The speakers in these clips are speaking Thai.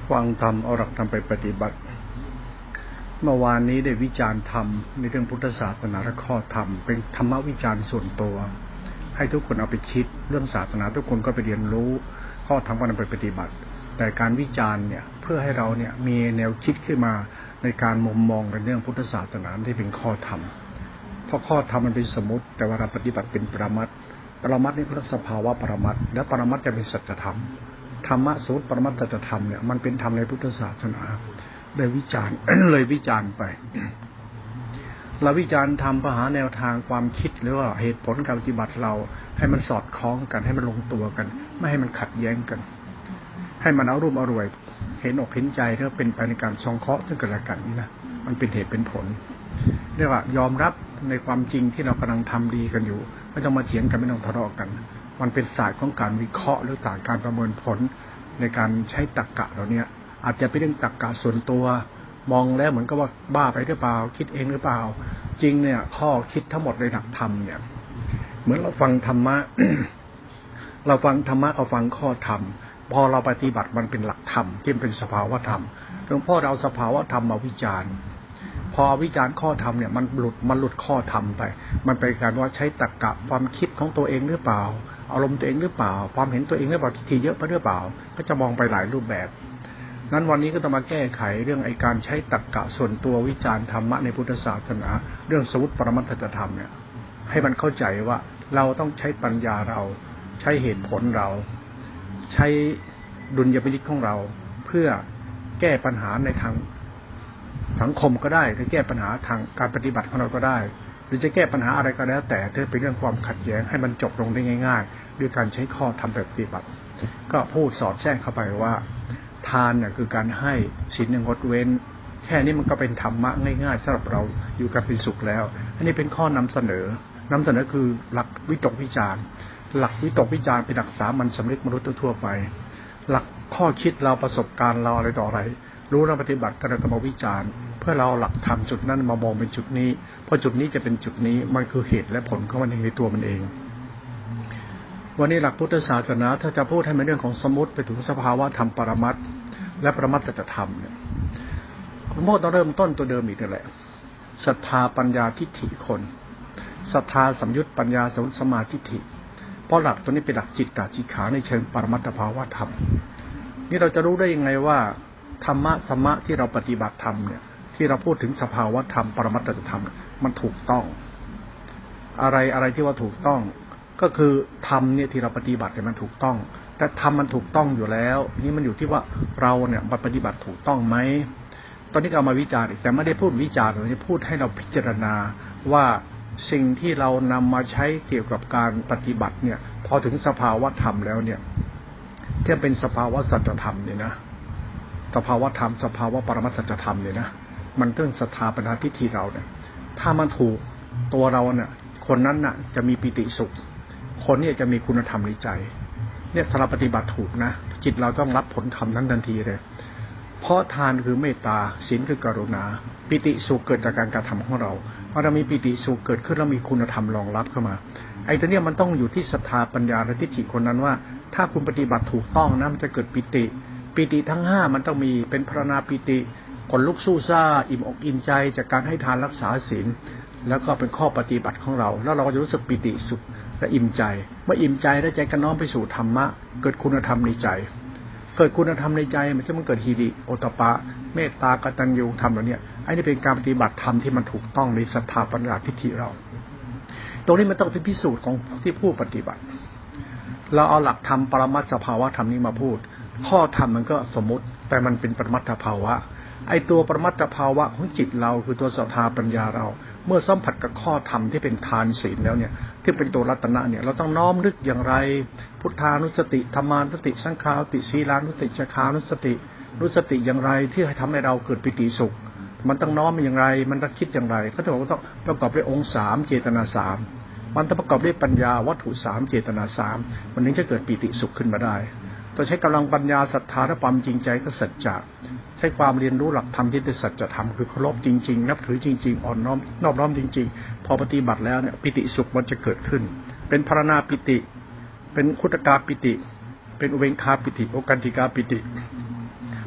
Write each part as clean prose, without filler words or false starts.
ฟังธรรมเอาหลักธรรมไปปฏิบัติเมื่อวานนี้ได้วิจารณ์ธรรมในเรื่องพุทธศาสนาและข้อธรรมเป็นธรรมวิจารณ์ส่วนตัวให้ทุกคนเอาไปคิดเรื่องศาสนาทุกคนก็ไปเรียนรู้ข้อธรรมก็นำไปปฏิบัติแต่การวิจารณ์เนี่ยเพื่อให้เราเนี่ยมีแนวคิดขึ้นมาในการมุมมองในเรื่องพุทธศาสนาที่เป็นข้อธรรมเพราะข้อธรรมมันเป็นสมมติแต่ว่าเราปฏิบัติเป็นปรมัตถ์นี่คือสภาวะปรมัตถ์และปรมัตถ์จะเป็นสัจธรรมธรรมะสูตรปรมัตถธรรมเนี่ยมันเป็นธรรมในพุทธศาสนาเลยวิจารณ์ เลยวิจารณ์ไปเราวิจารณ์ทำเพื่อหาแนวทางความคิดหรือว่าเหตุผลการปฏิบัติเราให้มันสอดคล้องกันให้มันลงตัวกันไม่ให้มันขัดแย้งกันให้มันเอารุ่มอร่วยเห็นอกเห็นใจแล้วเป็นไปในการสงเคราะห์ซึ่งกันและกันนี่นะมันเป็นเหตุเป็นผลเรียกว่ายอมรับในความจริงที่เรากำลังทำดีกันอยู่ไม่ต้องมาเถียงกันไม่ต้องทะเลาะกันมันเป็นศาสตร์ของการวิเคราะห์หรือศาสตร์การประเมินผลในการใช้ตรรกะเหล่านี้อาจจะเป็นเรื่องตรรกะส่วนตัวมองแล้วเหมือนกับว่าบ้าไปหรือเปล่าคิดเองหรือเปล่าจริงเนี่ยข้อคิดทั้งหมดในหลักธรรมเนี่ยเหมือนเราฟังธรรมะ เราฟังธรรมะเอาฟังข้อธรรมพอเราปฏิบัติมันเป็นหลักธรรมที่เป็นสภาวะธรรมหลวงพ่อเราสภาวะธรรมมาวิจารณ์พอวิจารณ์ข้อธรรมเนี่ยมันหลุดข้อธรรมไปมันเป็นการว่าใช้ตรรกะความคิดของตัวเองหรือเปล่าอารมณ์ตัวเองหรือเปล่าความเห็นตัวเองหรือเปล่าทิฏฐิเยอะไปหรือเปล่าก็จะมองไปหลายรูปแบบนั้นวันนี้ก็ต้องมาแก้ไขเรื่องไอ้การใช้ตรรกะส่วนตัววิจารณ์ธรรมะในพุทธศาสนาเรื่องสมุติปรมัตถธรรมเนี่ยให้มันเข้าใจว่าเราต้องใช้ปัญญาเราใช้เหตุผลเราใช้ดุลยพินิจของเราเพื่อแก้ปัญหาในทางสังคมก็ได้หรือแก้ปัญหาทางการปฏิบัติของเราก็ได้หรือจะแก้ปัญหาอะไรก็แล้วแต่ถ้าเป็นเรื่องความขัดแย้งให้มันจบลงได้ง่ายๆด้วยการใช้ข้อธรรมแบบปฏิบัติก็พูดสอดแทรกเข้าไปว่าทานเนี่ยคือการให้ศีลงดเว้นแค่นี้มันก็เป็นธรรมะง่ายๆสำหรับเราอยู่กับเป็นสุขแล้วอันนี้เป็นข้อนำเสนอคือหลักวิตกวิจารณ์หลักวิตกวิจารณ์เป็นหลักสามัญสำนึกมนุษย์ทั่วไปหลักข้อคิดเราประสบการณ์เราอะไรต่ออะไรรู้เราปฏิบัติกันเราต้องมาวิจารณ์เพื่อเราหลักธรรมจุดนั้นมามองเป็นจุดนี้เพราะจุดนี้จะเป็นจุดนี้มันคือเหตุและผลของมันเองในตัวมันเองวันนี้หลักพุทธศาสนาถ้าจะพูดให้มันเรื่องของสมมติไปถึงสภาวะธรรมปรมัตถ์และปรมัตถธรรมเนี่ยผมว่าต้องเริ่มต้นตัวเดิมอีกนั่นแหละศรัทธาปัญญาทิฏฐิคนศรัทธาสัมยุตปัญญาสมาธิทิฏฐิเพราะหลักตัวนี้เป็นหลักจิตตจิตขาในเชิงปรมัตถภาวะธรรมนี่เราจะรู้ได้ยังไงว่าธรรมะสมะที่เราปฏิบัติธรรมเนี่ยที่เราพูดถึงสภาวะธรรมปรมัตถธรรมมันถูกต้องอะไรที่ว่าถูกต้องก็คือธรรมเนี่ยที่เราปฏิบัติเนี่ยมันถูกต้องแต่ธรรมมันถูกต้องอยู่แล้วนี่มันอยู่ที่ว่าเราเนี่ยปฏิบัติถูกต้องไหมตอนนี้ก็เอามาวิจารณ์อีกแต่ไม่ได้พูดวิจารณ์เราจะพูดให้เราพิจารณาว่าสิ่งที่เรานำมาใช้เกี่ยวกับการปฏิบัติเนี่ยพอถึงสภาวะธรรมแล้วเนี่ยที่เป็นสภาวะสัจธรรมเนี่ยนะสภาวะธรรมสภาวะปรมัตถธรรมเนี่ยนะมันเรื่องศรัทธาปัญญาทิฏฐิเราเนี่ยถ้ามันถูกตัวเราเนี่ยคนนั้นน่ะจะมีปิติสุขคนนี้จะมีคุณธรรมในใจเนี่ยถ้าเราปฏิบัติถูกนะจิตเราต้องรับผลธรรมนั้นทันทีเลยเพราะทานคือเมตตาศีลคือกรุณาปิติสุขเกิดจากการกระทำของเราพอเรามีปิติสุขเกิดขึ้นแล้วมีคุณธรรมรองรับเข้ามาไอ้ตัวเนี้ยมันต้องอยู่ที่ศรัทธาปัญญาและทิฏฐิคนนั้นว่าถ้าคุณปฏิบัติถูกต้องนะมันจะเกิดปิติทั้ง5มันต้องมีเป็นพรณาปิติขนลุกสู้ซ่าอิ่มอกอิ่มใจจากการให้ทานรักษาศีลแล้วก็เป็นข้อปฏิบัติของเราแล้วเราก็จะรู้สึกปิติสุขและอิ่มใจเมื่ออิ่มใจแล้วใจก็น้อมไปสู่ธรรมะเกิดคุณธรรมในใจเกิดคุณธรรมในใจมันจะเกิดหิริโอตปะเมตตากตัญญูธรรมเหล่านี้ไอ้นี่เป็นการปฏิบัติธรรมที่มันถูกต้องในศรัทธาปัญญาทิฏฐิเราตรงนี้มันต้องเป็นพิสูจน์ของที่ผู้ปฏิบัติเราเอาหลักธรรมปรมัตถภาวะธรรมนี้มาพูดข้อธรรมมันก็สมมุติแต่มันเป็นปรมัตถภาวะไอ้ตัวปรมัตถภาวะของจิตเราคือตัวศรัทธาปัญญาเราเมื่อสัมผัสกับข้อธรรมที่เป็นทานศีลแล้วเนี่ยที่เป็นตัวรัตนะเนี่ยเราต้องน้อมนึกอย่างไรพุทธานุสติธรรมานุสติสังขานุสติศีลานุสติจานุสติอย่างไรที่ให้ทำให้เราเกิดปิติสุขมันต้องน้อมอย่างไรมันต้องคิดอย่างไรเขาจะบอกว่าต้องประกอบด้วยองค์3เจตนา3มันต้องประกอบด้วยปัญญาวัตถุ3เจตนา3มันถึงจะเกิดปิติสุขขึ้นมาได้ต้องใช้กำลังปัญญาศรัทธาและความจริงใจก็สัจจะใช้ความเรียนรู้หลักธรรมที่เป็นสัจธรรมคือเคารพจริงๆนับถือจริงๆอ่อนน้อมนอบน้อมจริงๆพอปฏิบัติแล้วเนี่ยปิติสุขมันจะเกิดขึ้นเป็นพรณาปิติเป็นคุตกาปิติเป็นอุเบกขาปิติโอกันติกาปิติ เ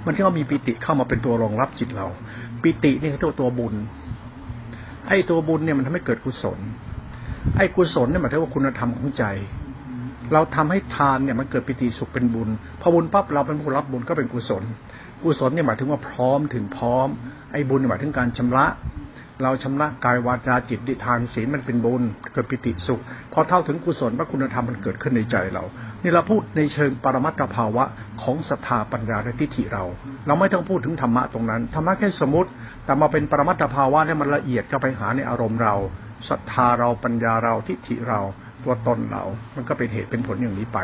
มันจะมีปิติเข้ามาเป็นตัวรองรับจิตเราปิตินี่คือตัวบุญไอ้ตัวบุญเนี่ยมันทำให้เกิดกุศลไอ้กุศลเนี่ยหมายถึงว่าคุณธรรมของใจเราทำให้ทานเนี่ยมันเกิดปิติสุขเป็นบุญพอบุญปั๊บเราเป็นผู้รับบุญก็เป็นกุศลกุศลเนี่ยหมายถึงว่าพร้อมถึงพร้อมไอ้บุญหมายถึงการชำระเราชำระกายวาจาจิตทานศีลมันเป็นบุญเกิดปิติสุขพอเท่าถึงกุศลพระคุณธรรมมันเกิดขึ้นในใจเรานี่เราพูดในเชิงปรมัตถภาวะของศรัทธาปัญญาและทิฏฐิเราไม่ต้องพูดถึงธรรมะตรงนั้นธรรมะแค่สมมติแต่มาเป็นปรมัตถภาวะเนี่ยมันละเอียดเข้าไปหาในอารมณ์เราศรัทธาเราปัญญาเราทิฏฐิเราตัวตนเรามันก็เป็นเหตุเป็นผลอย่างนี้ไป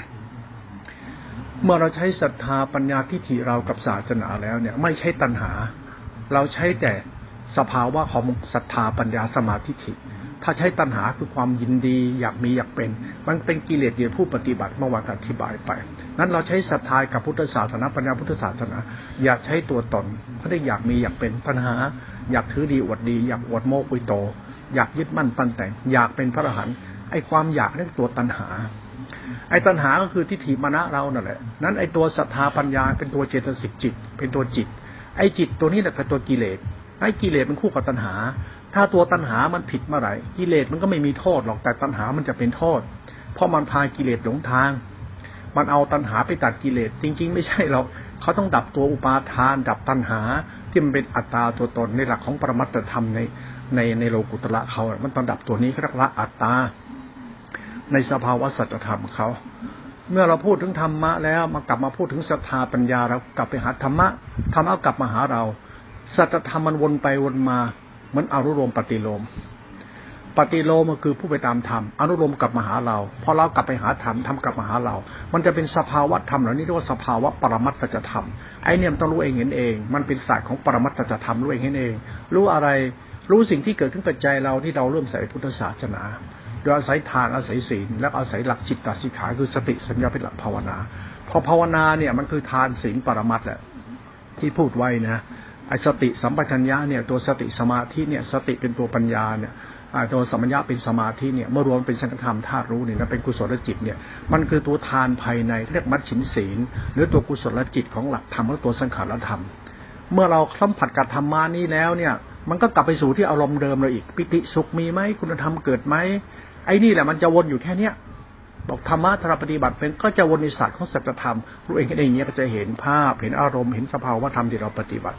เมื่อเราใช้ศรัทธาปัญญาทิฏฐิเรากับศาสนาแล้วเนี่ยไม่ใช่ตัณหาเราใช้แต่สภาวะของศรัทธาปัญญาสมาธิทิฏฐิถ้าใช้ตัณหาคือความยินดีอยากมีอยากเป็นมันเป็นกิเลสเดียวผู้ปฏิบัติเมื่อวานอธิบายไปนั้นเราใช้ศรัทธากับพุทธศาสนาปัญญาพุทธศาสนาอยากใช้ตัวตนเขาได้อยากมีอยากเป็นตัณหาอยากถือดีอวดดีอยากอวดโม้อวดโตอยากยึดมั่นปั้นแต่งอยากเป็นพระอรหันต์ไอ้ความอยากนี่ตัวตัณหาไอ้ตัณหาก็คือทิฏฐิมานะเรานั่นแหละนั้นไอ้ตัวศรัทธาปัญญาเป็นตัวเจตสิกจิตเป็นตัวจิตไอ้จิตตัวนี้แหละคือตัวกิเลสไอ้กิเลสมันคู่กับตัณหาถ้าตัวตัณหามันผิดเมื่อไหร่กิเลสมันก็ไม่มีโทษหรอกแต่ตัณหามันจะเป็นโทษเพราะมันพากิเลสหลงทางมันเอาตัณหาไปตัดกิเลสจริงๆไม่ใช่หรอกเขาต้องดับตัวอุปาทานดับตัณหาที่มันเป็นอัตตาตัวตนในหลักของปรมัตถธรรมในโลกุตระเขามันต้องดับตัวนี้เรียกว่าอัตตาในสภาวะสัจธรรมเขาเมื่อเราพูดถึงธรรมะแล้วมากลับมาพูดถึงศรัทธาปัญญาเรากลับไปหาธรรมะธรรมะกลับมาหาเราสัจธรรมมันวนไปวนมาเหมือนอนุโลมปฏิโลมปฏิโลมก็คือผู้ไปตามธรรมอนุโลมกลับมาหาเราพอเรากลับไปหาธรรมธรรมกลับมาหาเรามันจะเป็นสภาวะธรรมเหล่านี้เรียกว่าสภาวะปรมัตถสัจธรรมไอ้เนี่ยมันต้องรู้เองเห็นเองมันเป็นศาสตร์ของปรมัตถสัจธรรมรู้เองเห็นเองรู้อะไรรู้สิ่งที่เกิดขึ้นกับใจเราที่เราเริ่มใส่พุทธศาสนาโดยอาศัยทานอาศัยศีลและอาศัยหลักจิตตสิกขาคือสติสัมยาเป็นหลักภาวนาพอภาวนาเนี่ยมันคือทานศีลปรมัตถ์แหละที่พูดไว้นะไอ้สติสัมปชัญญะเนี่ยตัวสติสมาธิเนี่ยสติเป็นตัวปัญญาเนี่ยตัวสัมปชัญญะเป็นสมาธิเนี่ยเมื่อรวมเป็นสังฆธรรมธาตุรู้เนี่ยนะเป็นกุศลจิตเนี่ยมันคือตัวทานภายในเรียกมัชฌิมศีลหรือตัวกุศลจิตของหลักธรรมและตัวสังขารธรรมเมื่อเราสัมผัสกับธรรมานี้แล้วเนี่ยมันก็กลับไปสู่ที่อารมณ์เดิมเราอีกปิติสุขมีไหมคุณธรรมเกิดไหมไอ้นี่แหละมันจะวนอยู่แค่เนี้ยบอกธรรมะถ้าเราปฏิบัติเป็นก็จะวนในศาสตร์ของสัจธรรมรู้เองได้อย่างเงี้ยก็จะเห็นภาพเห็นอารมณ์เห็นสภาวะธรรมที่เราปฏิบัติ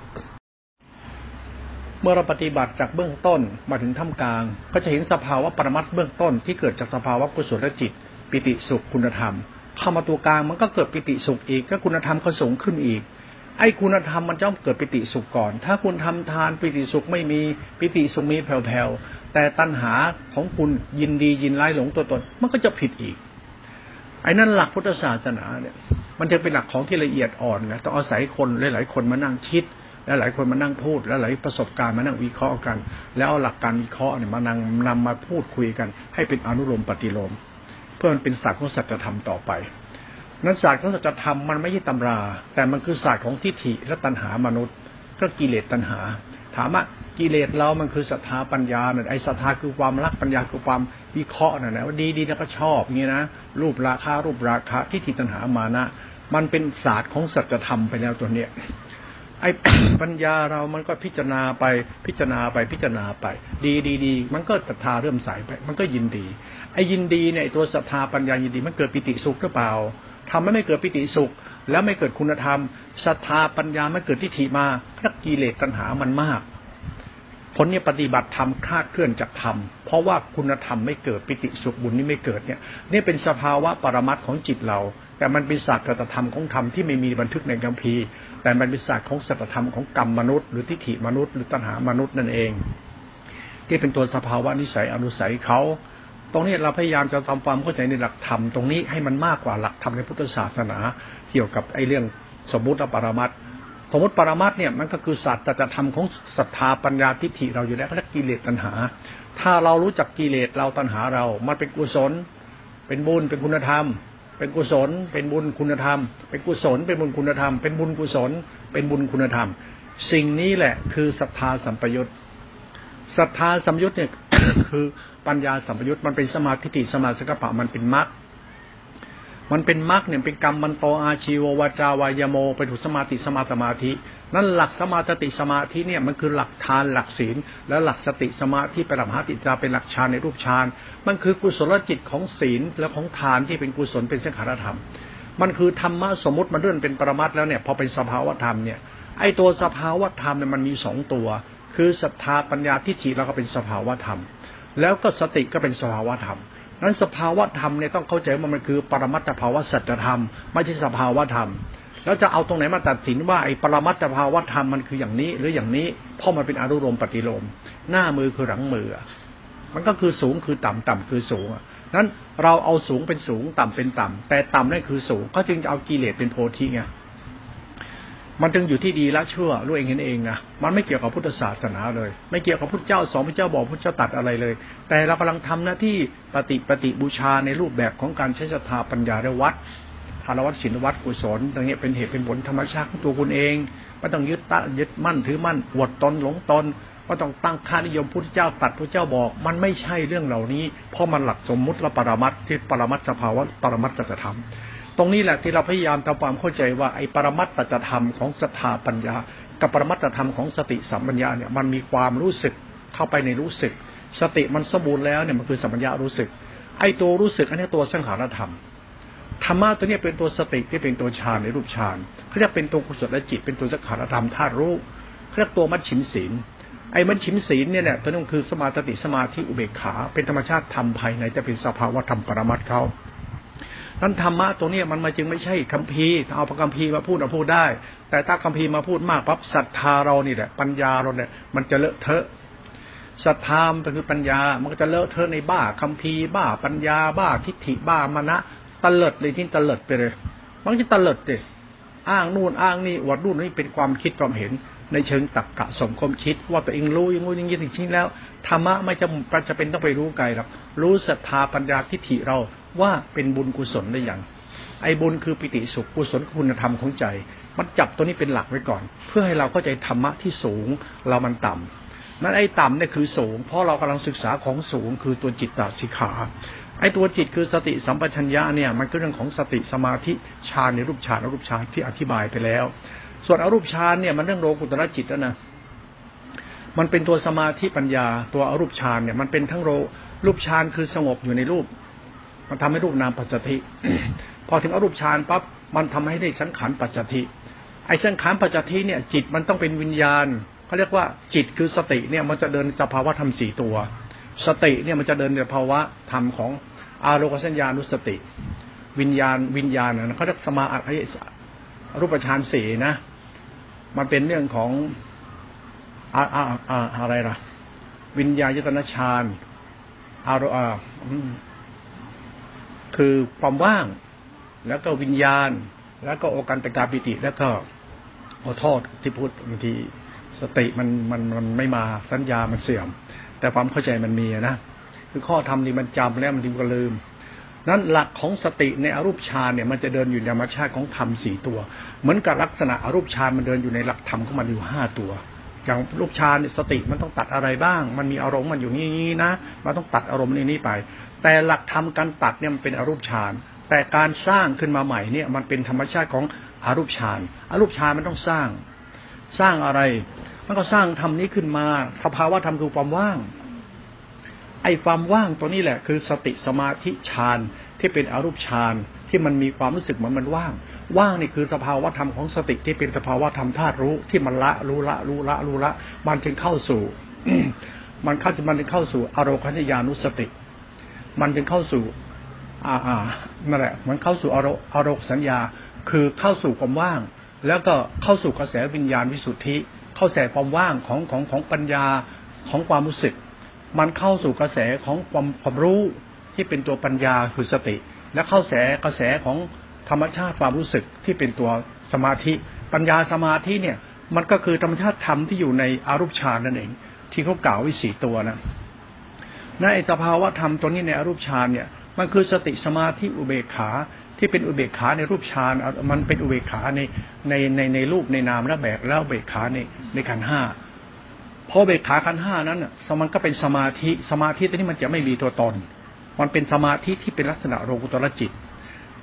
เมื่อเราปฏิบัติจากเบื้องต้นมาถึงท่ามกลางก็จะเห็นสภาวะปรมัตถ์เบื้องต้นที่เกิดจากสภาวะกุศลจิตปิติสุขคุณธรรมเข้ามาตัวกลางมันก็เกิดปิติสุขอีกก็คุณธรรมก็สูงขึ้นอีกไอ้คุณธรรมมันจะต้องเกิดปิติสุขก่อนถ้าคุณทำทานปิติสุขไม่มีปิติสุขมีแผ่วๆแต่ตัณหาของคุณยินดียินร้ายหลงตัวตนมันก็จะผิดอีกไอ้นั่นหลักพุทธศาสนาเนี่ยมันจะเป็นหลักของที่ละเอียดอ่อนนะต้องอาศัยคนหลายๆคนมานั่งคิดและหลายคนมานั่งพูดและหลายประสบการณ์มานั่งวิเคราะห์กันแล้วเอาหลักการวิเคราะห์เนี่ยมานั่งนำมาพูดคุยกันให้เป็นอนุโลมปฏิโลมเพื่อมันเป็นศาสตร์ของสัจธรรมต่อไปนั้นศาสตร์ของสัจธรรมมันไม่ใช่ตำราแต่มันคือศาสตร์ของทิฏฐิและตัณหามนุษย์ก็กิเลสตัณหาถามว่ากิเลสเรามันคือศรัทธาปัญญาเนี่ยไอ้ศรัทธาคือความรักปัญญาคือความวิเคราะห์นะว่าดีๆแล้วก็ชอบอย่างนี้นะรูปราคะทิฏฐิตัณหามานะมันเป็นศาสตร์ของสัจธรรมไปแล้วตัวเนี้ยไอ้ ปัญญาเรามันก็พิจารณาไปพิจารณาไปดีมันก็ศรัทธาเริ่มใสไปมันก็ยินดีไอ้ยินดีเนี่ยตัวศรัทธาปัญญายินดีมันเกิดปิติสุขหรือเปล่าทำให้ไม่เกิดปิติสุขแล้วไม่เกิดคุณธรรมศรัทธาปัญญาไม่เกิดทิฏฐิมาถ้ากิเลสตัณหามันมากผลเนี่ยปฏิบัติธรรมคลาดเคลื่อนจากธรรมเพราะว่าคุณธรรมไม่เกิดปิติสุขบุญนี้ไม่เกิดเนี่ยนี่เป็นสภาวะปรมัตถ์ของจิตเราแต่มันเป็นศาสตร์ธรรมของธรรมที่ไม่มีบันทึกในคัมภีร์แต่มันเป็นศาสตร์ของสัจธรรมของกรรมมนุษย์หรือทิฏฐิมนุษย์หรือตัณหามนุษย์นั่นเองที่เป็นตัวสภาวะนิสัยอนุสัยเขาตรงนี้เราพยายามจะทำความเข้าใจในหลักธรรมตรงนี้ให้มันมากกว่าหลักธรรมในพุทธศาสนาเกี่ยวกับไอ้เรื่องสมมุติปรมัตถ์สมมติปรมัตถ์เนี่ยมันก็คือศาสตร์ธรรมของศรัทธาปัญญาทิฏฐิเราอยู่แล้วก็เรียกกิเลสตัณหาถ้าเรารู้จักกิเลสเราตัณหาเรามันเป็นกุศลเป็นบุญเป็นคุณธรรมเป็นกุศลเป็นบุญคุณธรรมเป็นกุศลเป็นบุญคุณธรรมเป็นบุญกุศลเป็นบุญคุณธรรมสิ่งนี้แหละคือศรัทธาสัมปยุตศรัทธาสัมปยุตเนี่ย คือปัญญาสัมปยุตมันเป็นสมาธิสมาสังกัปปะมันเป็นมรรคมันเป็นมรรคเนี่ยเป็นกรรมมันโตอาชีววาจาวายโมเป็นหุสมาติสมาธินั่นหลักสมาติสมาธิเนี่ยมันคือหลักทานหลักศีลและหลักสติสมาธิเป็นหลักมหาติจาเป็นหลักฌานในรูปฌานมันคือกุศลจิตของศีลและของทานที่เป็นกุศลเป็นสังขารธรรมมันคือธรรมะสมมติมันเลื่อนเป็นปรมัตถ์แล้วเนี่ยพอเป็นสภาวธรรมเนี่ยไอ้ตัวสภาวธรรมเนี่ยมันมี2ตัวคือศรัทธาปัญญาทิฏฐิแล้วก็เป็นสภาวธรรมแล้วก็สติก็เป็นสภาวธรรมนั้นสภาวธรรมเนี่ยต้องเข้าใจว่ามันคือปรมัตถภาวะสัจธรรมไม่ใช่สภาวธรรมแล้วจะเอาตรงไหนมาตัดสินว่าไอ้ปรมัตถภาวธรรมมันคืออย่างนี้หรืออย่างนี้เพราะมันเป็นอนุโลมปฏิโลมหน้ามือคือหลังมือมันก็คือสูงคือต่ำต่ำคือสูงนั้นเราเอาสูงเป็นสูงต่ำเป็นต่ำแต่ต่ำนั่นคือสูงก็จึงจะเอากิเลสเป็นโพธิไงมันจึงอยู่ที่ดีและชั่วรู้เองเห็นเองนะมันไม่เกี่ยวกับพุทธศาสนาเลยไม่เกี่ยวกับพุทธเจ้าสอนพระเจ้าบอกพุทธเจ้าตัดอะไรเลยแต่เรากำลังทำหน้าที่ปฏิบูชาในรูปแบบของการใช้ศรัทธาปัญญาและวัดทานวัดศีลวัดกุศลตรงนี้เป็นเหตุเป็นผลธรรมชาติของตัวคุณเองไม่ต้องยึดมั่นถือมั่นอวดตนหลงตนก็ต้องตั้งค่านิยมพุทธเจ้าตัดพุทธเจ้าบอกมันไม่ใช่เรื่องเหล่านี้เพราะมันหลักสมมุติและปรมัตถ์ที่ปรมัตถสภาวะปรมัตถสัจธรรมตรงนี้แหละที่เราพยายามทำความเข้าใจว่าไอ้ปรมัตถสัจธรรมของศรัทธาปัญญากับปรมัตถธรรมของสติสัมปชัญญะเนี่ยมันมีความรู้สึกเข้าไปในรู้สึกสติมันสมบูรณ์แล้วเนี่ยมันคือสัมปชัญญะรู้สึกไอ้ตัวรู้สึกอันนี้ตัวสังขารธรรมธรรมะตัวนี้เป็นตัวสติที่เป็นตัวฌานในรูปฌานเขาเรียกเป็นตัวกุศลจิตเป็นตัวสังขารธรรมธาตุรู้เขาเรียกตัวมัชฌิมศีลไอ้มัชฌิมศีลเนี่ยตัวนั้นคือสมาธิอุเบกขาเป็นธรรมชาติธรรมภายในจะเป็นสภาวะธรรมปรมัตถ์เขานั้นธรรมะตรงนี้มันมาจึงไม่ใช่คัมภีร์เอาคัมภีร์มาพูดเราพูดได้แต่ถ้าคัมภีร์มาพูดมากปั๊บศรัทธาเรานี่แหละปัญญาเราเนี่ยมันจะเลอะเทอะศรัทธามันคือปัญญามันก็จะเลอะเทอะในบ้าคัมภีร์บ้าปัญญาบ้าทิฏฐิบ้ามนะตะเลิดเลยที่ตะเลิดไปเลยมันจะตะเลิดดิอ้างนู่นอ้างนี่อวดนู่นนี่เป็นความคิดความเห็นในเชิงตรรกะสมคมคิดว่าตัวเองรู้อย่างงู้นอย่างนี้จริงๆแล้วธรรมะไม่จะเป็นต้องไปรู้ไกลหรอกรู้ศรัทธาปัญญาทิฏฐิเราว่าเป็นบุญกุศลได้อย่างไอ้บุญคือปิติสุขกุศลคุณธรรมของใจมันจับตัวนี้เป็นหลักไว้ก่อนเพื่อให้เราเข้าใจธรรมะที่สูงเรามันต่ำนั้นไอ้ต่ำเนี่ยคือสูงเพราะเรากำลังศึกษาของสูงคือตัวจิตตสิกขาไอ้ตัวจิตคือสติสัมปชัญญะเนี่ยมันก็เรื่องของสติสมาธิฌานในรูปฌานอรูปฌานที่อธิบายไปแล้วส่วนอรูปฌานเนี่ยมันเรื่องโลกุตระจิตแล้วนะมันเป็นตัวสมาธิปัญญาตัวอรูปฌานเนี่ยมันเป็นทั้งรูปฌานคือสงบอยู่ในรูปมันทำให้รูปนามปัจจทิ พอถึงอรูปฌานปั๊บมันทำให้ได้สังขารปัจจทิไอ้สังขารปัจจทิเนี่ยจิตมันต้องเป็นวิญญาณเขาเรียกว่าจิตคือสติเนี่ยมันจะเดินสภาวะธรรม4ตัวสติเนี่ยมันจะเดินในภาวะธรรมของอาโลกสัญญานุสติวิญญาณนะเขาเรียกสมาธิรูปฌาน4นะมันเป็นเรื่องของอะไรล่ะวิญญาณยตนะฌานคือความว่างแล้วก็วิญญาณแล้วก็โอกันตกาปิติแล้วก็ขอโทษที่พูดบางทีสติมันไม่มาสัญญามันเสื่อมแต่ความเข้าใจมันมีนะคือข้อธรรมนี่มันจำแล้วมันก็ลืมนั้นหลักของสติในอรูปฌานเนี่ยมันจะเดินอยู่ในธรรมชาติของธรรม4ตัวเหมือนกับลักษณะอรูปฌานมันเดินอยู่ในหลักธรรมของมันอยู่5ตัวอย่างรูปฌานสติมันต้องตัดอะไรบ้างมันมีอารมณ์มันอยู่นี่นะมันต้องตัดอารมณ์นี้ไปแต่หลักธรรมการตัดเนี่ยมันเป็นอรูปฌานแต่การสร้างขึ้นมาใหม่เนี่ยมันเป็นธรรมชาติของอรูปฌานอรูปฌานมันต้องสร้างอะไรมันก็สร้างธรรมนี้ขึ้นมาสภาวะธรรมคือความว่างไอ้ความว่างตัวนี้แหละคือสติสมาธิฌานที่เป็นอรูปฌานที่มันมีความรู้สึกเหมือนมันว่างนี่คือสภาวะธรรมของสติที่เป็นสภาวะธรรมธาตุรู้ที่มันรู้ละมันจึงเข้าสู่ มันจึงเข้าสู่อโรคัญญานุสติมันจึงเข้าสู่นั่นแหละมันเข้าสู่อโรคสัญญาคือเข้าสู่ความว่างแล้วก็เข้าสู่กระแสวิญญาณวิสุทธิเข้าแสความว่างของปัญญาของความรู้สึกมันเข้าสู่กระแสของความรู้ที่เป็นตัวปัญญาคือสติและเข้ากระแสของธรรมชาติความรู้สึกที่เป็นตัวสมาธิปัญญาสมาธิเนี่ยมันก็คือธรรมชาติธรรมที่อยู่ในอรูปฌานนั่นเองที่เขากล่าวไว้4ตัวนะในสภาวะธรรมตัวนี้ในอรูปฌานเนี่ยมันคือสติสมาธิอุเบกขาที่เป็นอุเบกขาในรูปฌานมันเป็นอุเบกขาในรูปในนามและแบบแล้วอุเบกขาในขันธ์5พออุเบกขาขันธ์5นั้นมันก็เป็นสมาธิตัวนี้มันจะไม่มีตัวตนมันเป็นสมาธิที่เป็นลักษณะโลกุตระจิต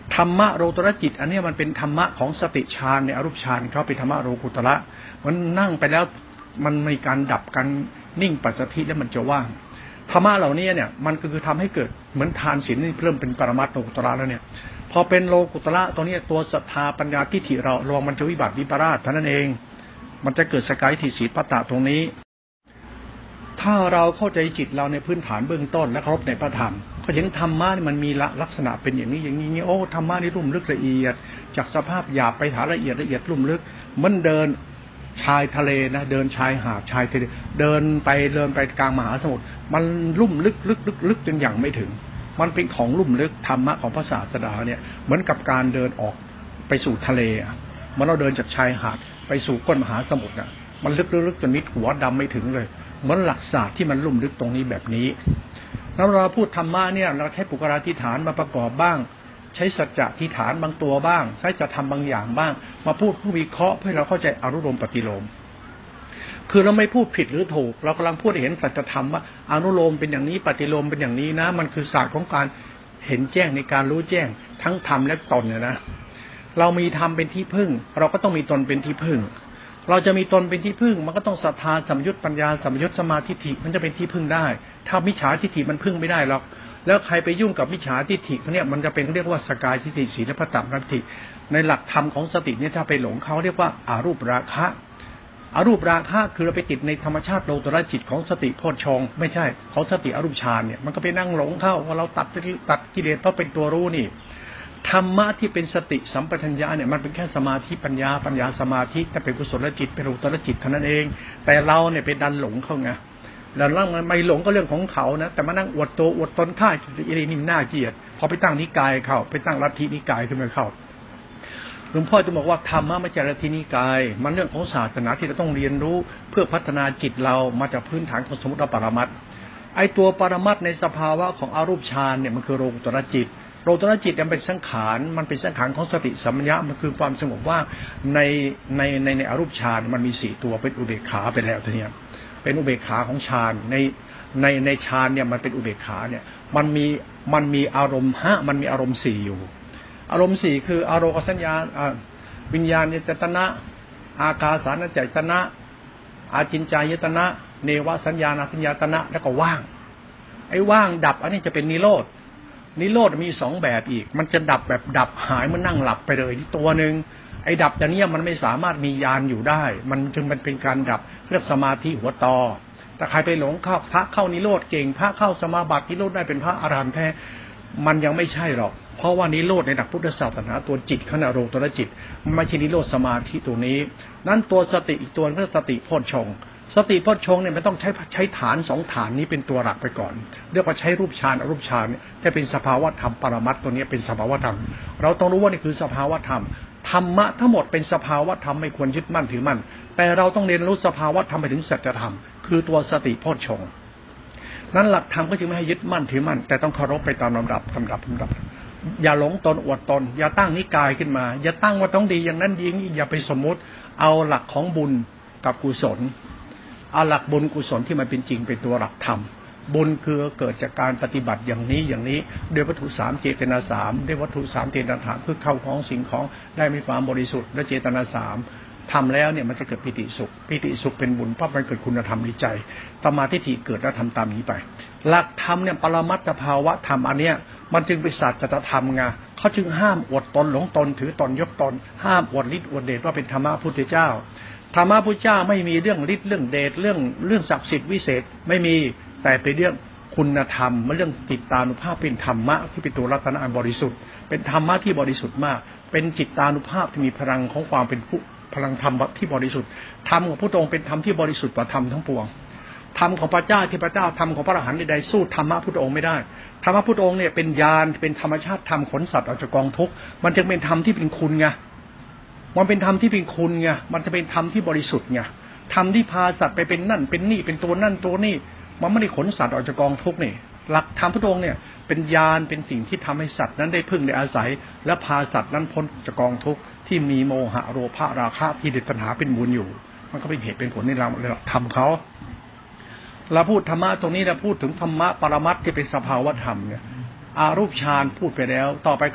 ธรรมะโลกุตระจิตอันนี้มันเป็นธรรมะของสติฌานในอรูปฌานเขาเป็นธรรมะโลกุตระมันนั่งไปแล้วมันมีการดับกันนิ่งปัจจทิแล้วมันจะว่างธรรมะเหล่านี้เนี่ยมันก็คือทำให้เกิดเหมือนทานศีลนี่เริ่มเป็นปรมัตถ์โลกุตระแล้วเนี่ยพอเป็นโลกุตระตรงนี้ตัวศรัทธาปัญญาทิฏฐิเราลองมันจะวิบัติวิปราชเท่านั้นเองมันจะเกิดสกายทิฏฐิปัตตะตรงนี้ถ้าเราเข้าใจจิตเราในพื้นฐานเบื้องต้นและเคารพในพระธรรมเขาเห็นธรรมะนี่มันมีลักษณะเป็นอย่างนี้อย่างนี้โอ้ธรรมะนี่ลุ่มลึกละเอียดจากสภาพหยาบไปหาละเอียดลุ่มลึกมันเดินชายทะเลนะเดินชายหาดชายทะเลเดินไปกลางมหาสมุทรมันลุ่มลึกจนอย่างไม่ถึงมันเป็นของลุ่มลึกธรรมะของพระศาสดาเนี่ยเหมือนกับการเดินออกไปสู่ทะเลเมื่อเราเดินจากชายหาดไปสู่ก้นมหาสมุทรน่ะมันลึกจนมิดหัวดำไม่ถึงเลยเหมือนหลักศาสตร์ที่มันลุ่มลึกตรงนี้แบบนี้แล้วเราพูดธรรมะเนี่ยเราใช้ปุกราธิฐานมาประกอบบ้างใช้สัจจะธิฐานบางตัวบ้างใช้จะทำบางอย่างบ้างมาพูดผู้วิเคราะห์เพื่อเราเข้าใจอนุโลมปฏิโลมคือเราไม่พูดผิดหรือถูกเรากำลังพูดให้เห็นสัจธรรมว่าอนุโลมเป็นอย่างนี้ปฏิโลมเป็นอย่างนี้นะมันคือศาสตร์ของการเห็นแจ้งในการรู้แจ้งทั้งธรรมและตนเนี่ยนะเรามีธรรมเป็นที่พึ่งเราก็ต้องมีตนเป็นที่พึ่งเราจะมีตนเป็นที่พึ่งมันก็ต้องศรัทธาสัมยุตปัญญาสัมยุตสมาธิทิมันจะเป็นที่พึ่งได้ถ้ามิจฉาทิฏฐิมันพึ่งไม่ได้หรอกแล้วใครไปยุ่งกับมิจฉาทิฏฐิเนี่ยมันจะเป็นเรียกว่าสกายทิฏฐิศีลพัตตทิฏฐิในหลักธรรมของสติเนี่ยถ้าไปหลงเขาเรียกว่าอารูปราคะอารูปราคะคือเราไปติดในธรรมชาติโลกุตระจิตของสติโพชฌงค์ไม่ใช่ของสติอรูปฌานเนี่ยมันก็ไปนั่งหลงเข้าว่าเราตัดกิเลสเพราะเป็นตัวรู้นี่ธรรมะที่เป็นสติสัมปชัญญะเนี่ยมันเป็นแค่สมาธิปัญญาสมาธิแต่เป็นกุศลจิตเป็นโลกุตระจิตเท่านั้นเองแต่เราเนี่ยไปดันหลงเข้าไงแล้วไม่หลงก็เรื่องของเขานะแต่มานั่งอวดตัวอวดตนข้าอิรินิ่มหน้าเกียรติพอไปตั้งนิกายเข้าไปตั้งลัทธินิกายขึ้นมาเข้าหลวงพ่อจะบอกว่าธรรมะไม่ใช่ลัทธินิกายมันเรื่องของศาสนาที่เราต้องเรียนรู้เพื่อพัฒนาจิตเรามาจากพื้นฐานของสมมุติปรมัตถ์ไอตัวปรมัตถ์ในสภาวะของอรูปฌานเนี่ยมันคือโลกุตระจิตโลกุตระจิตมันเป็นสังขารมันเป็นสังขารของสติสัมปชัญญะมันคือความสงบว่าในอรูปฌานมันมี4ตัวเป็นอุเบกขาไปแล้วทีเนี้ยเป็นอุเบกขาของฌานในฌานเนี่ยมันเป็นอุเบกขาเนี่ยมันมีอารมณ์มันมีอารมณ์4อยู่อารมณ์4คืออารมณ์สัญญาวิญญาณเจตนะอากาสานเจตนะอาจินจายตนะเนวสัญญาณสัญญาตนะแล้วก็ว่างไอ้ว่างดับอันนี้จะเป็นนิโรธมี2แบบอีกมันจะดับแบบดับหายมันนั่งหลับไปเลยที่ตัวนึงไอ้ดับแต่เนี้ยมันไม่สามารถมีญาณอยู่ได้มันจึงมันเป็นการดับเรียกสมาธิหัวตอแต่ใครไปหลงเข้าพระเข้านิโรธเก่งพระเข้าสมาบัตินิโรธได้เป็นพระอรหันต์แท้มันยังไม่ใช่หรอกเพราะว่านิโรธในหลักพุทธศาสนาตัวจิตขณะโลกุตระจิตไม่ใช่นิโรธสมาธิตัวนี้นั้นตัวสติอีกตัวนึงสติโพชฌงค์สติโพชฌงค์เนี่ยมันต้องใช้ฐาน2ฐานนี้เป็นตัวหลักไปก่อนเรียกว่าใช้รูปฌานอรูปฌานเนี่ยจะเป็นสภาวะธรรมปรมัตถ์ตัวนี้เป็นสภาวะธรรมเราต้องรู้ว่านี่คือสภาวะธรรมธรรมะทั้งหมดเป็นสภาวะธรรมไม่ควรยึดมั่นถือมั่นแต่เราต้องเรียนรู้สภาวะธรรมไปถึงสัจธรรมคือตัวสติโพชฌงค์นั้นหลักธรรมก็จึงไม่ให้ยึดมั่นถือมั่นแต่ต้องเคารพไปตามลำดับอย่าหลงตนอวดตนอย่าตั้งนิกายขึ้นมาอย่าตั้งว่าต้องดีอย่างนั้นดีอย่างนี้อย่าไปสมมติเอาหลักของบุญกับกุศลเอาหลักบุญกุศลที่มันเป็นจริงเป็นตัวหลักธรรมบุญคือเกิดจากการปฏิบัติอย่างนี้ด้วยวัตถุ3เจตนา3ด้วยวัตถุ3เจตนา3คือเข้าของสิ่งของได้มีความบริสุทธิ์และเจตนา3ทำแล้วเนี่ยมันจะเกิดปิติสุขเป็นบุญเพราะมันเกิดคุณธรรมในใจสมาธิที่เกิดแล้วทำตามนี้ไปหลักธรรมเนี่ยปรมัตถภาวะธรรมอันเนี้ยมันจึงเป็นสัจธรรมไงเขาจึงห้ามอวดตนหลงตนถือตนยกตนห้ามอวดฤทธิ์อวดเดชว่าเป็นธรรมะพุทธเจ้าธรรมะพุทธเจ้าไม่มีเรื่องฤทธิ์เรื่องเดชเรื่องศักดิ์สิทธิ์วิเศษไม่มีแต่เป็นเรื่องคุณธรรมเรื่องจิตตานุภาพเป็นธรรมะที่เป็นตัวรัตนะบริสุทธิ์เป็นธรรมะที่บริสุทธิ์มากเป็นจิตตานุภาพที่มีพลังของความเป็นผู้พลังธรรมที่บริสุทธิ์ธรรมของพระองค์เป็นธรรมที่บริสุทธิ์กว่าธรรมทั้งปวงธรรมของพระเจ้าที่พระเจ้าธรรมของพระอรหันต์ใดๆสู้ธรรมะพุทธองค์ไม่ได้ธรรมะพุทธองค์เนี่ยเป็นญาณเป็นธรรมชาติธรรมขนสัตว์ออกจากกองทุกข์มันจึงเป็นธรรมที่เป็นคุณไงมันเป็นธรรมที่เป็นคุณไงมันจะเป็นธรรมที่บริสุทธิ์ไงธรรมที่พาสัตว์ไปเป็นนั่นเป็นนี่เป็นตัวนั่นตัวนี่มันไม่ได้ขนสัตว์ออกจากกองทุกข์นี่หลักธรรมพุทธองค์เนี่ยเป็นญาณเป็นสิ่งที่ทำให้สัตว์นั้นได้พึ่งได้อาศัยและพาสัตว์นั้นพ้นจากกองทุกข์ที่มีโมหะโลภะราคะกิเลสตัณหาเป็นมูลอยู่มันก็เป็นเหตุเป็นผลในเราทำเขาเราพูดธรรมะตรงนี้เราพูดถึงธรรมะปรมัตถ์ที่เป็นสภาวะธรรมเนี่ยอารูปฌานพูดไปแล้วต่อไปก็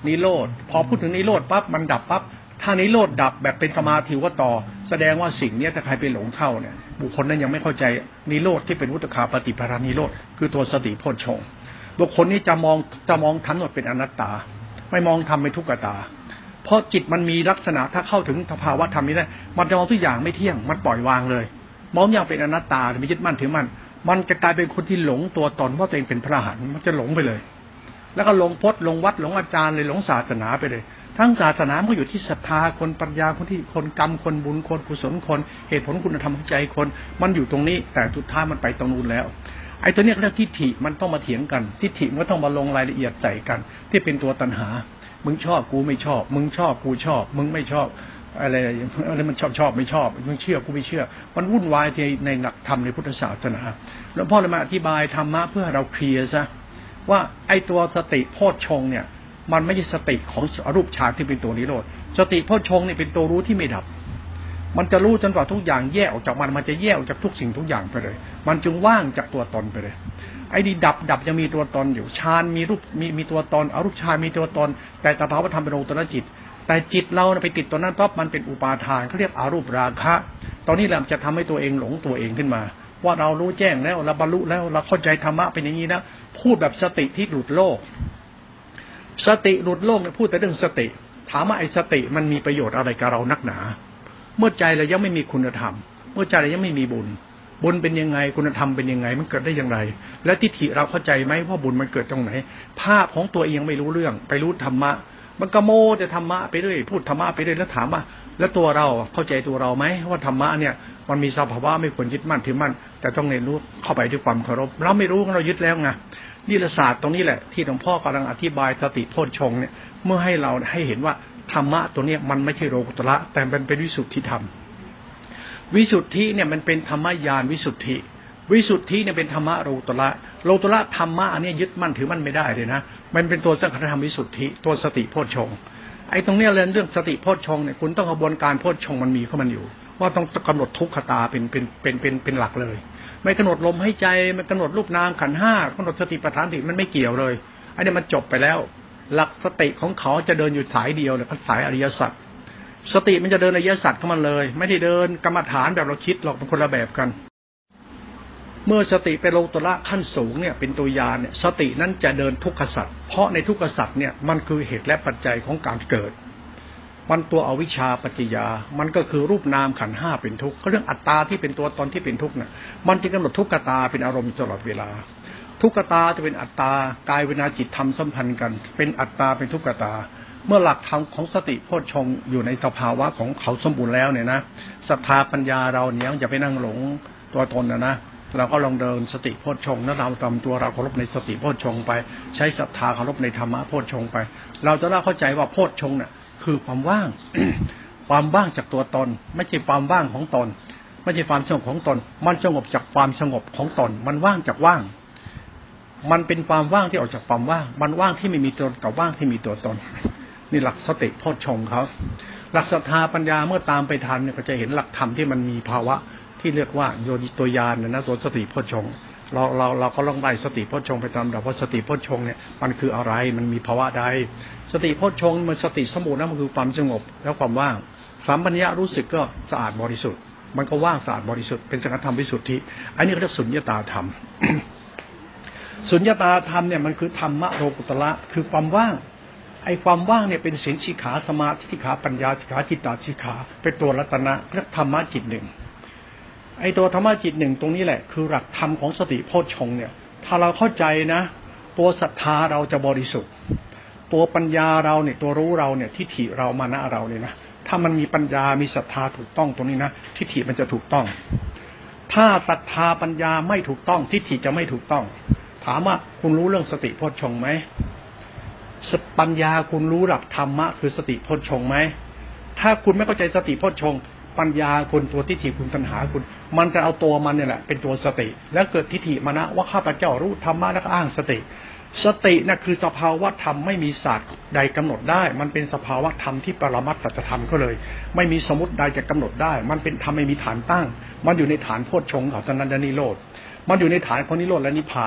นิโรธพอพูดถึงนิโรธปั๊บมันดับปั๊บถ้านิโรธดับแบบเป็นสมาธิว่าต่อแสดงว่าสิ่งนี้ถ้าใครไปหลงเข้าเนี่ยบุคคลนั้นยังไม่เข้าใจนิโรธที่เป็นวุตคาปฏิปทานิโรธคือตัวสติโพชฌงค์บุคคลนี้จะมองทั้งหมดเป็นอนัตตาไม่มองธรรมเป็นทุกขตาเพราะจิตมันมีลักษณะถ้าเข้าถึงสภาวะธรรมนี้ได้มันจะมองทุกอย่างไม่เที่ยงมันปล่อยวางเลยมองอย่างเป็นอนัตตาไม่ยึดมั่นถือมั่นมันจะกลายเป็นคนที่หลงตัวตนว่าตัวเองเป็นพระอรหันต์มันจะหลงไปเลยแล้วก็หลงพจน์หลงวัดหลงอาจารย์เลยหลงศาสนาไปเลยทั้งศาสนาก็อยู่ที่ศรัทธาคนปัญญาคนที่คนกรรมคนบุญคนกุศลคนเหตุผลคุณธรรมใจคนมันอยู่ตรงนี้แต่สุดท้ายมันไปตรงนู้นแล้วไอ้ตัวเนี้ยเรื่องทิฏฐิมันต้องมาเถียงกันทิฏฐิมันต้องมาลงรายละเอียดใส่กันที่เป็นตัวตัณหามึงชอบกูไม่ชอบมึงชอบกูชอบมึงไม่ชอบอะไรมันชอบไม่ชอบมึงเชื่อกูไม่เชื่อมันวุ่นวายในหลักธรรมในพุทธศาสนาแล้วพ่อเลยมาอธิบายธรรมะเพื่อเราเคลียร์ซะว่าไอ้ตัวสติโพชฌงค์เนี่ยมันไม่ใช่สติของอรูปฌานที่เป็นตัวนิโรธสติโพชฌงค์เนี่ยเป็นตัวรู้ที่ไม่ดับมันจะรู้จนกว่าทุกอย่างแยกออกจากมันจะแยกออกจากทุกสิ่งทุกอย่างไปเลยมันจึงว่างจากตัวตนไปเลยไอ้นี่ดับยังมีตัวตนอยู่ฌานมีรูปมีตัวตนอรูปฌานมีตัวตนแต่สภาวะธรรมเป็นโลกุตตรจิตแต่จิตเราไปติดตัวนั้นปั๊บมันเป็นอุปาทานเขาเรียกอารูปราคะตอนนี้แหละจะทำให้ตัวเองหลงตัวเองขึ้นมาว่าเรารู้แจ้งแล้วเราบรรลุแล้วเราเข้าใจธรรมะเป็นอย่างนี้นะพูดแบบสติที่หลุดโลกสติหลุดโลกเนี่ยพูดแต่เรื่องสติถามว่าไอ้สติมันมีประโยชน์อะไรกับเรานักหนาเมื่อใจเรายังไม่มีคุณธรรมเมื่อใจเรายังไม่มีบุญเป็นยังไงคุณธรรมเป็นยังไงมันเกิดได้อย่างไรและทิฏฐิเราเข้าใจไหมว่าบุญมันเกิดตรงไหนภาพของตัวเองยังไม่รู้เรื่องไปรู้ธรรมะมันก็โม้แต่ธรรมะไปเรื่อยพูดธรรมะไปเรื่อยแล้วถามว่าแล้วตัวเราเข้าใจตัวเราไหมว่าธรรมะเนี่ยมันมีสภาวะไม่ควรยึดมั่นถือมั่นแต่ต้องเรียนรู้เข้าไปด้วยความเคารพเราไม่รู้เรายึดแล้วไงนี่ศาสตร์ตรงนี้แหละที่หลวงพ่อกำลังอธิบายสติโพชฌงค์เนี่ยเมื่อให้เราให้เห็นว่าธรรมะตัวนี้มันไม่ใช่โลกุตระแต่มันเป็นวิสุทธิธรรมวิสุทธิเนี่ยมันเป็นธรรมญาณวิสุทธิวิสุทธิเนี่ยเป็นธรรมะโลกุตระธรรมะอันนี้ยึดมั่นถือมั่นไม่ได้เลยนะมันเป็นตัวสังขารธรรมวิสุทธิตัวสติโพชฌงค์ไอ้ตรงนี้เรื่องสติโพชฌงค์เนี่ยคุณต้องกระบวนการโพชฌงค์มันมีเข้ามันอยู่ว่าต้องกำหนดทุกขตาเป็นหลักเลยไม่กำหนดลมหายใจไม่กำหนดรูปนามขันธ์ห้ากำหนดสติปัฏฐานสี่มันไม่เกี่ยวเลยอันนี้มันจบไปแล้วหลักสติของเขาจะเดินอยู่สายเดียวเลยสายอริยสัจสติมันจะเดินอริยสัจเข้ามาเลยไม่ได้เดินกรรมฐานแบบเราคิดหรอกเป็นคนละแบบกันเมื่อสติเป็นโลกุตระขั้นสูงเนี่ยเป็นตัวญาณเนี่ยสตินั้นจะเดินทุกขสัจเพราะในทุกขสัจเนี่ยมันคือเหตุและปัจจัยของการเกิดมันตัวอวิชชาปัจจยามันก็คือรูปนามขันธ์ห้าเป็นทุกข์ก็เรื่องอัตตาที่เป็นตัวตนที่เป็นทุกข์น่ะมันจึงกำหนดทุกขตาเป็นอารมณ์ตลอดเวลาทุกขตาจะเป็นอัตตากายเวทนาจิตธรรมสัมพันธ์กันเป็นอัตตาเป็นทุกขตาเมื่อหลักธรรมของสติโพชฌงค์อยู่ในสภาวะของเขาสมบูรณ์แล้วเนี่ยนะศรัทธาปัญญาเราเนี่ยอย่าไปนั่งหลงตัวตนนะเราก็ลองเดินสติโพชฌงค์แล้วเราทำตัวเราเคารพในสติโพชฌงค์ไปใช้ศรัทธาเคารพในธรรมะโพชฌงค์ไปเราจะได้เข้าใจว่าโพชฌงค์เนี่ยคือความว่าง ความว่างจากตัวตนไม่ใช่ความว่างของตนไม่ใช่ความสงบของตนมันสงบจากความสงบของตนมันว่างจากว่างมันเป็นความว่างที่ออกจากความว่างมันว่างที่ไม่มีตัวกับว่างที่มีตัวตนนี่หลักสติโพชฌงค์เขาหลักศรัทธาปัญญาเมื่อตามไปทันเนี่ยก็จะเห็นหลักธรรมที่มันมีภาวะที่เรียกว่าโยนิตัวยานนะตัวสติโพชฌงค์เราก็ลองได้สติโพชฌงค์ไปตามแบบว่าสติโพชฌงค์เนี่ยมันคืออะไรมันมีภาวะใดสติโพชฌงค์มันสติสมบูรณ์นะมันคือความสงบแล้วความว่างสัมปัญญะรู้สึกก็สะอาดบริสุทธิ์มันก็ว่างสะอาดบริสุทธิ์เป็นสังขารธรรมวิสุทธิอันนี้เรียกสุญญตาธรรม สุญญตาธรรมเนี่ยมันคือธรรมะโลกุตระคือความว่างไอ้ความว่างเนี่ยเป็นศีลสิกขาสมาธิสิกขาปัญญาสิกขาจิตตสิกขาเป็นตัวรัตนะเรียกธรรมะจิตหนึ่งไอ้ตัวธรรมะจิตหนึ่งตรงนี้แหละคือหลักธรรมของสติโพชฌงค์เนี่ยถ้าเราเข้าใจนะตัวศรัทธาเราจะบริสุทธิ์ตัวปัญญาเราเนี่ยตัวรู้เราเนี่ยทิฏฐิเรามานะเราเนี่ยนะถ้ามันมีปัญญามีศรัทธาถูกต้องตรงนี้นะทิฏฐิมันจะถูกต้องถ้าศรัทธาปัญญาไม่ถูกต้องทิฏฐิจะไม่ถูกต้องถามว่าคุณรู้เรื่องสติโพชฌงค์ไหมปัญญาคุณรู้หลักธรรมะคือสติโพชฌงค์ไหมถ้าคุณไม่เข้าใจสติโพชฌงค์ปัญญาคุณตัวทิฏฐิคุณตัณหาคุณมันจะเอาตัวมันเนี่ยแหละเป็นตัวสติแล้วเกิดทิฏฐิมานะว่าข้าพเจ้ารู้ธรรมะแล้วก็อ้างสติน่ะคือสภาวะธรรมไม่มีศาสตร์ใดกำหนดได้มันเป็นสภาวะธรรมที่ปรมัตถธรรมก็เลยไม่มีสมมติใดจะกำหนดได้มันเป็นธรรมไม่มีฐานตั้งมันอยู่ในฐานโพชฌงค์ของสันนิโรธมันอยู่ในฐานของนิโรธและนิพพาน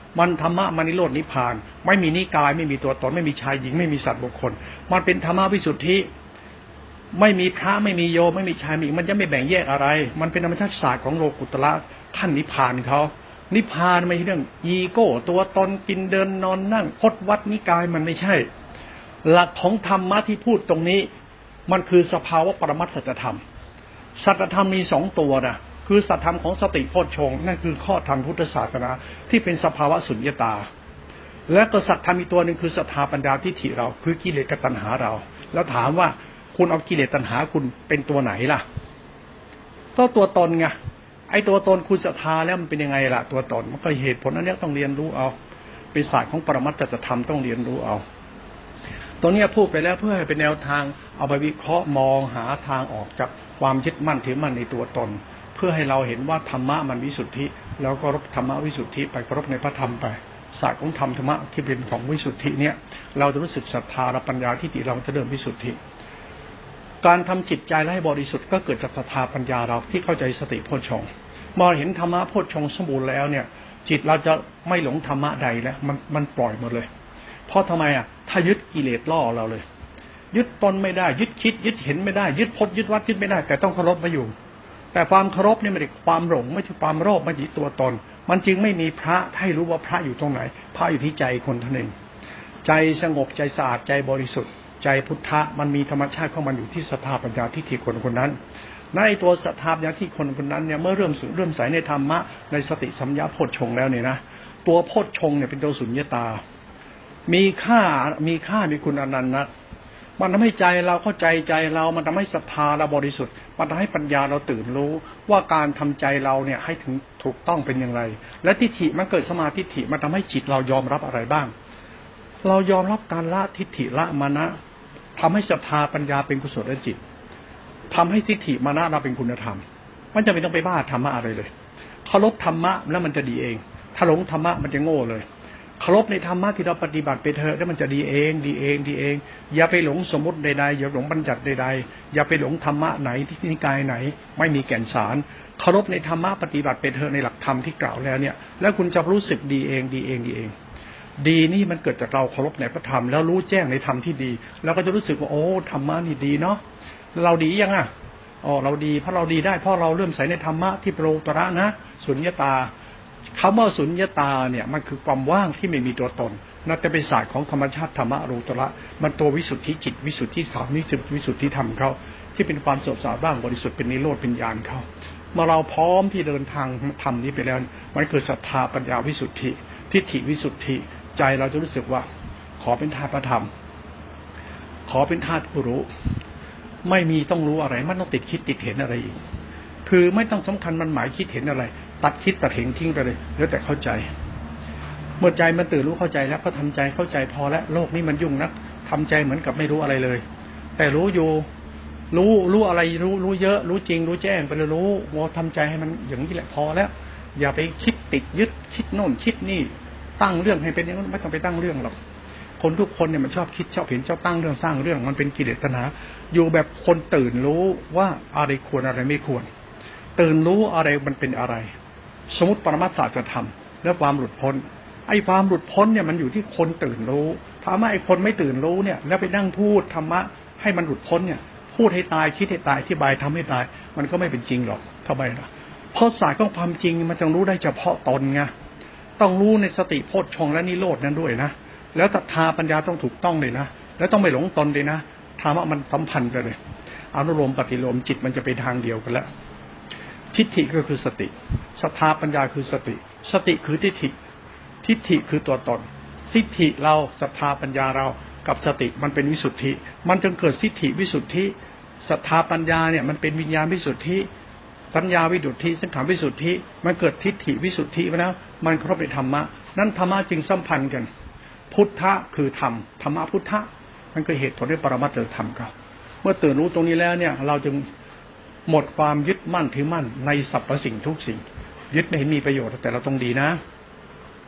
มันธรรมะมันนิโรธนิพพานไม่มีนิกายไม่มีตัวตนไม่มีชายหญิงไม่มีสัตว์บุคคลมันเป็นธรรมะวิสุทธิไม่มีพระไม่มีโยมไม่มีชายหญิงมันจะไม่แบ่งแยกอะไรมันเป็นธรรมชาติศาสตร์ของโลกุตระขั้นนิพพานเขานิพพานไม่ใช่เรื่องอีโก้ตัวตนกินเดินนอนนั่งพจน์วัดนิกายมันไม่ใช่หลักของธรรมะที่พูดตรงนี้มันคือสภาวะปรมัตถสัจธรรมสัจธรรมมี2ตัวนะคือสัจธรรมของสติโพชฌงค์นั่นคือข้อธรรมพุทธศาสนาที่เป็นสภาวะสุญญตาและก็สัจธรรมอีกตัวนึงคือศรัทธาปัญญาทิฏฐิเราคือกิเลสกับตัณหาเราแล้วถามว่าคุณเอากิเลสตัณหาคุณเป็นตัวไหนล่ะก็ตัวตนไงไอ้ตัวตนคุณศรัทธาแล้วมันเป็นยังไงล่ะตัวตนมันก็เหตุผลอันนี้ต้องเรียนรู้เอาเป็นศาสตร์ของปรมัตถสัจธรรมต้องเรียนรู้เอาตรงนี้พูดไปแล้วเพื่อให้เป็นแนวทางเอาไปวิเคราะห์มองหาทางออกจากความยึดมั่นถือมั่นในตัวตนเพื่อให้เราเห็นว่าธรรมะมันวิสุทธิแล้วก็รบธรรมะวิสุทธิไปเคารพในพระธรรมไปศาสตร์ของธรรมะที่เป็นของวิสุทธิเนี่ยเราจะรู้สึกศรัทธาและปัญญาที่ติเราจะเดินวิสุทธิการทำจิตใจให้บริสุทธิ์ก็เกิดจากศรัทธาปัญญาเราที่เข้าใจสติโพชฌงค์มองเห็นธรรมะโพชฌงค์สมบูรณ์แล้วเนี่ยจิตเราจะไม่หลงธรรมะใดแล้วมันปล่อยหมดเลยเพราะทำไมถ้ายึดกิเลสล่อเราเลยยึดตนไม่ได้ยึดคิดยึดเห็นไม่ได้ยึดพจน์ยึดวัดยึดไม่ได้แต่ต้องเคารพมาอยู่แต่ความเคารพเนี่ยไม่ได้ความหลงไม่ใช่ความโลภไม่ใช่ตัวตนมันจึงไม่มีพระให้รู้ว่าพระอยู่ตรงไหนพระอยู่ที่ใจคนท่านเองใจสงบใจสะอาดใจบริสุทธิ์ใจพุทธะมันมีธรรมชาติของมันอยู่ที่ศรัทธาปัญญาทิฏฐิคนคนนั้นในตัวศรัทธาปัญญาที่คนคนนั้นเนี่ยเมื่อเริ่มใส่ในธรรมะในสติสัมยาโพชฌงค์แล้วเนี่ยนะตัวโพชฌงค์เนี่ยเป็นตัวสุญญตามีค่ามีคุณอนันต์นะมันทำให้ใจเราเข้าใจใจเรามันทำให้ศรัทธาเราบริสุทธิ์มันทำให้ปัญญาเราตื่นรู้ว่าการทำใจเราเนี่ยให้ถึงถูกต้องเป็นอย่างไรและทิฏฐิมันเกิดสมาธิทิฏฐิมันทำให้จิตเรายอมรับอะไรบ้างเรายอมรับการละทิฏฐิละมานะทำให้ศรัทธาปัญญาเป็นกุศลจิตทำให้ทิฏฐิมานะเราเป็นคุณธรรมมันจะไม่ต้องไปบ้าธรรมะอะไรเลยเคารพธรรมะแล้วมันจะดีเองถ้าหลงธรรมะมันจะโง่เลยเคารพในธรรมะที่เราปฏิบัติไปเถอะแล้วมันจะดีเองอย่าไปหลงสมมติใดๆอย่าหลงบัญญัติใดๆอย่าไปหลงธรรมะไหนที่นิกายไหนไม่มีแก่นสารเคารพในธรรมะปฏิบัติไปเถอะในหลักธรรมที่กล่าวแล้วเนี่ยแล้วคุณจะรู้สึกดีเองดีนี่มันเกิดจากเราเคารพในพระธรรมแล้วรู้แจ้งในธรรมที่ดีแล้วก็จะรู้สึกว่าโอ้ธรรมะนี่ดีเนาะเราดียังเราดีเพราะเราดีได้เพราะเราเริ่มใส่ในธรรมะที่โปรตระนะสุญญตาคำว่าสุญญตาเนี่ยมันคือความว่างที่ไม่มีตัวตนนั่นจะเป็นศาสตร์ของธรรมชาติธรรมะโรตระมันตัววิสุทธิจิตวิสุทธิธรรมวิสุทธิธรรมเขาที่เป็นความสดสะอาดบ้างบริสุทธิ์เป็นนิโรธเป็นญาณเขาเมื่อเราพร้อมที่เดินทางธรรมนี้ไปแล้วมันคือศรัทธาปัญญาวิสุทธิทิฏฐิวิสุทธิใจเราจะรู้สึกว่าขอเป็นธาตุพระธรรมขอเป็นธาตุผู้รู้ไม่มีต้องรู้อะไรไม่ต้องติดคิดติดเห็นอะไรอีกคือไม่ต้องสำคัญมันหมายคิดเห็นอะไรตัดคิดตัดเห็นทิ้งไปเลยแล้วแต่เข้าใจเมื่อใจมันตื่นรู้เข้าใจแล้วก็ทำใจเข้าใจพอแล้วโลกนี้มันยุ่งนักทำใจเหมือนกับไม่รู้อะไรเลยแต่รู้อยู่รู้อะไรรู้เยอะรู้จริงรู้แจ้งไปเลยรู้ว่าทำใจให้มันอย่างนี้แหละพอแล้วอย่าไปคิดติดยึดคิดโน่นคิดนี่ตั้งเรื่องให้เป็นอย่างนั้นไม่ต้องไปตั้งเรื่องหรอกคนทุกคนเนี่ยมันชอบคิดชอบเห็นชอบตั้งเรื่องสร้างเรื่องมันเป็นกิเลสตัณหาอยู่แบบคนตื่นรู้ว่าอะไรควรอะไรไม่ควรตื่นรู้อะไรมันเป็นอะไรสมมติปรมัตถศาสตร์จะทำแล้วความหลุดพ้นไอ้ความหลุดพ้นเนี่ยมันอยู่ที่คนตื่นรู้ถามว่าไอ้คนไม่ตื่นรู้เนี่ยแล้วไปนั่งพูดธรรมะให้มันหลุดพ้นเนี่ยพูดให้ตายคิดให้ตายอธิบายทำให้ตายมันก็ไม่เป็นจริงหรอกทำไมล่ะเพราะศาสตร์ของความจริงมันต้องรู้ได้เฉพาะตนไงต้องรู้ในสติโพชฌงค์และนิโรธนั้นด้วยนะแล้วศรัทธาปัญญาต้องถูกต้องเลยนะแล้วต้องไม่หลงตนเลยนะธรรมะมันสัมพันธ์กันเลยอนุโลมปฏิโลมจิตมันจะไปทางเดียวกันแล้วทิฏฐิก็คือสติศรัทธาปัญญาคือสติคือทิฏฐิคือตัวตนทิฏฐิเราศรัทธาปัญญาเรากับสติมันเป็นวิสุทธิมันจึงเกิดทิฏฐิวิสุทธิศรัทธาปัญญาเนี่ยมันเป็นวิญญาณวิสุทธิปัญญาวิสุทธิสังขารวิสุทธิมันเกิดทิฏฐิวิสุทธิแล้วมันครบในธรรมะนั้นธรรมะจึงสัมพันธ์กันพุทธะคือธรรมธรรมะพุทธะมันคือเหตุผลในปรมัตถธรรมครับเมื่อตื่นรู้ตรงนี้แล้วเนี่ยเราจึงหมดความยึดมั่นถือมั่นในสรรพสิ่งทุกสิ่งยึดไม่เห็นมีประโยชน์แต่เราต้องดีนะ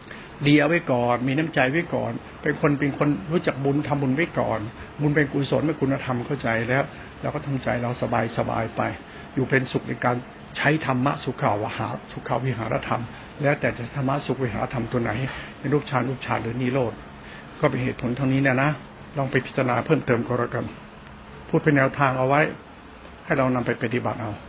ดีเอาไว้ก่อนมีน้ำใจไว้ก่อนเป็นคนรู้จักบุญทำบุญไว้ก่อนบุญเป็นกุศลเป็นคุณธรรมเข้าใจแล้วเราก็ทำใจเราสบายไปอยู่เป็นสุขในการใช้ธรรมะสุขวิหารธรรมแล้วแต่จะธรรมะสุขวิหารธรรมตัวไหนในรูปฌานหรือนิโรธก็เป็นเหตุผลเท่านี้นะลองไปพิจารณาเพิ่มเติมก็แล้วกันพูดเป็นแนวทางเอาไว้ให้เรานำไปปฏิบัติเอา